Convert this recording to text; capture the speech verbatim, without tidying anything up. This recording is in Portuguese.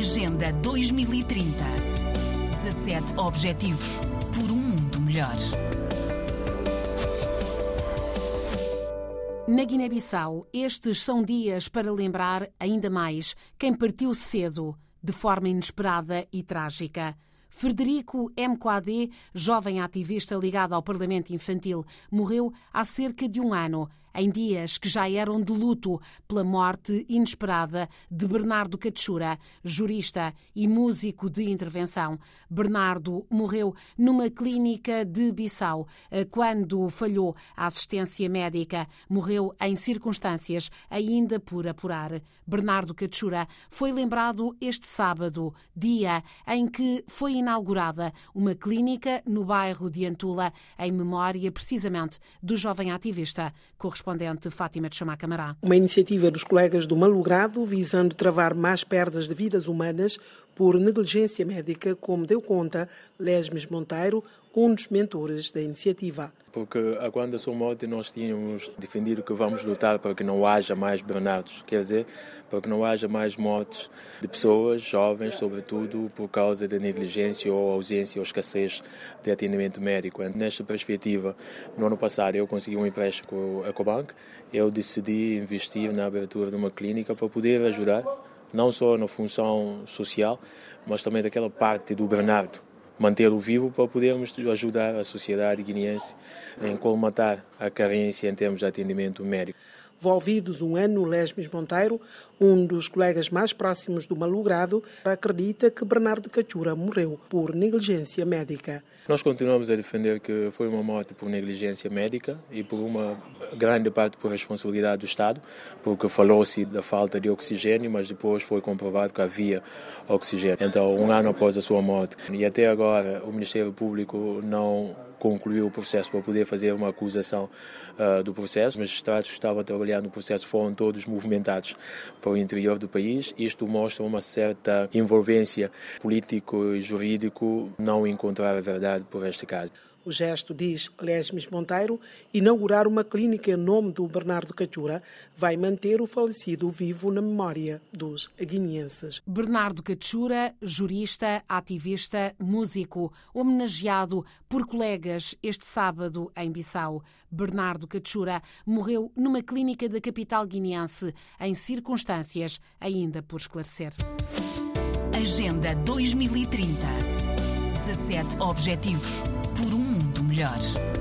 Agenda dois mil e trinta. dezassete Objetivos por um mundo melhor. Na Guiné-Bissau, estes são dias para lembrar ainda mais quem partiu cedo, de forma inesperada e trágica. Frederico M. Coadé, jovem ativista ligado ao Parlamento Infantil, morreu há cerca de um ano, em dias que já eram de luto pela morte inesperada de Bernardo Cachura, jurista e músico de intervenção. Bernardo morreu numa clínica de Bissau quando falhou a assistência médica. Morreu em circunstâncias ainda por apurar. Bernardo Cachura foi lembrado este sábado, dia em que foi inaugurada uma clínica no bairro de Antula, em memória precisamente do jovem ativista. Correspondente Fátima de Chamá Camará. Uma iniciativa dos colegas do Malogrado visando travar mais perdas de vidas humanas por negligência médica, como deu conta Lesmes Monteiro, um dos mentores da iniciativa. Porque quando a sua morte nós tínhamos defendido que vamos lutar para que não haja mais Bernardos, quer dizer, para que não haja mais mortes de pessoas jovens, sobretudo por causa da negligência ou ausência ou escassez de atendimento médico. Nesta perspectiva, no ano passado eu consegui um empréstimo com a Ecobank, eu decidi investir na abertura de uma clínica para poder ajudar, não só na função social, mas também daquela parte do Bernardo, mantê-lo vivo para podermos ajudar a sociedade guineense em colmatar a carência em termos de atendimento médico. Envolvidos um ano, Lesmes Monteiro, um dos colegas mais próximos do Malogrado, acredita que Bernardo Cachura morreu por negligência médica. Nós continuamos a defender que foi uma morte por negligência médica e por uma grande parte por responsabilidade do Estado, porque falou-se da falta de oxigênio, mas depois foi comprovado que havia oxigênio. Então, um ano após a sua morte, e até agora o Ministério Público não concluiu o processo para poder fazer uma acusação uh, do processo. Os magistrados que estavam a trabalhar no processo foram todos movimentados para o interior do país. Isto mostra uma certa envolvência político e jurídico não encontrar a verdade por este caso. O gesto, diz Lesmes Monteiro, inaugurar uma clínica em nome do Bernardo Cachura vai manter o falecido vivo na memória dos guineenses. Bernardo Cachura, jurista, ativista, músico, homenageado por colegas este sábado em Bissau. Bernardo Cachura morreu numa clínica da capital guineense, em circunstâncias ainda por esclarecer. Agenda dois mil e trinta. dezassete Objetivos por um mundo melhor.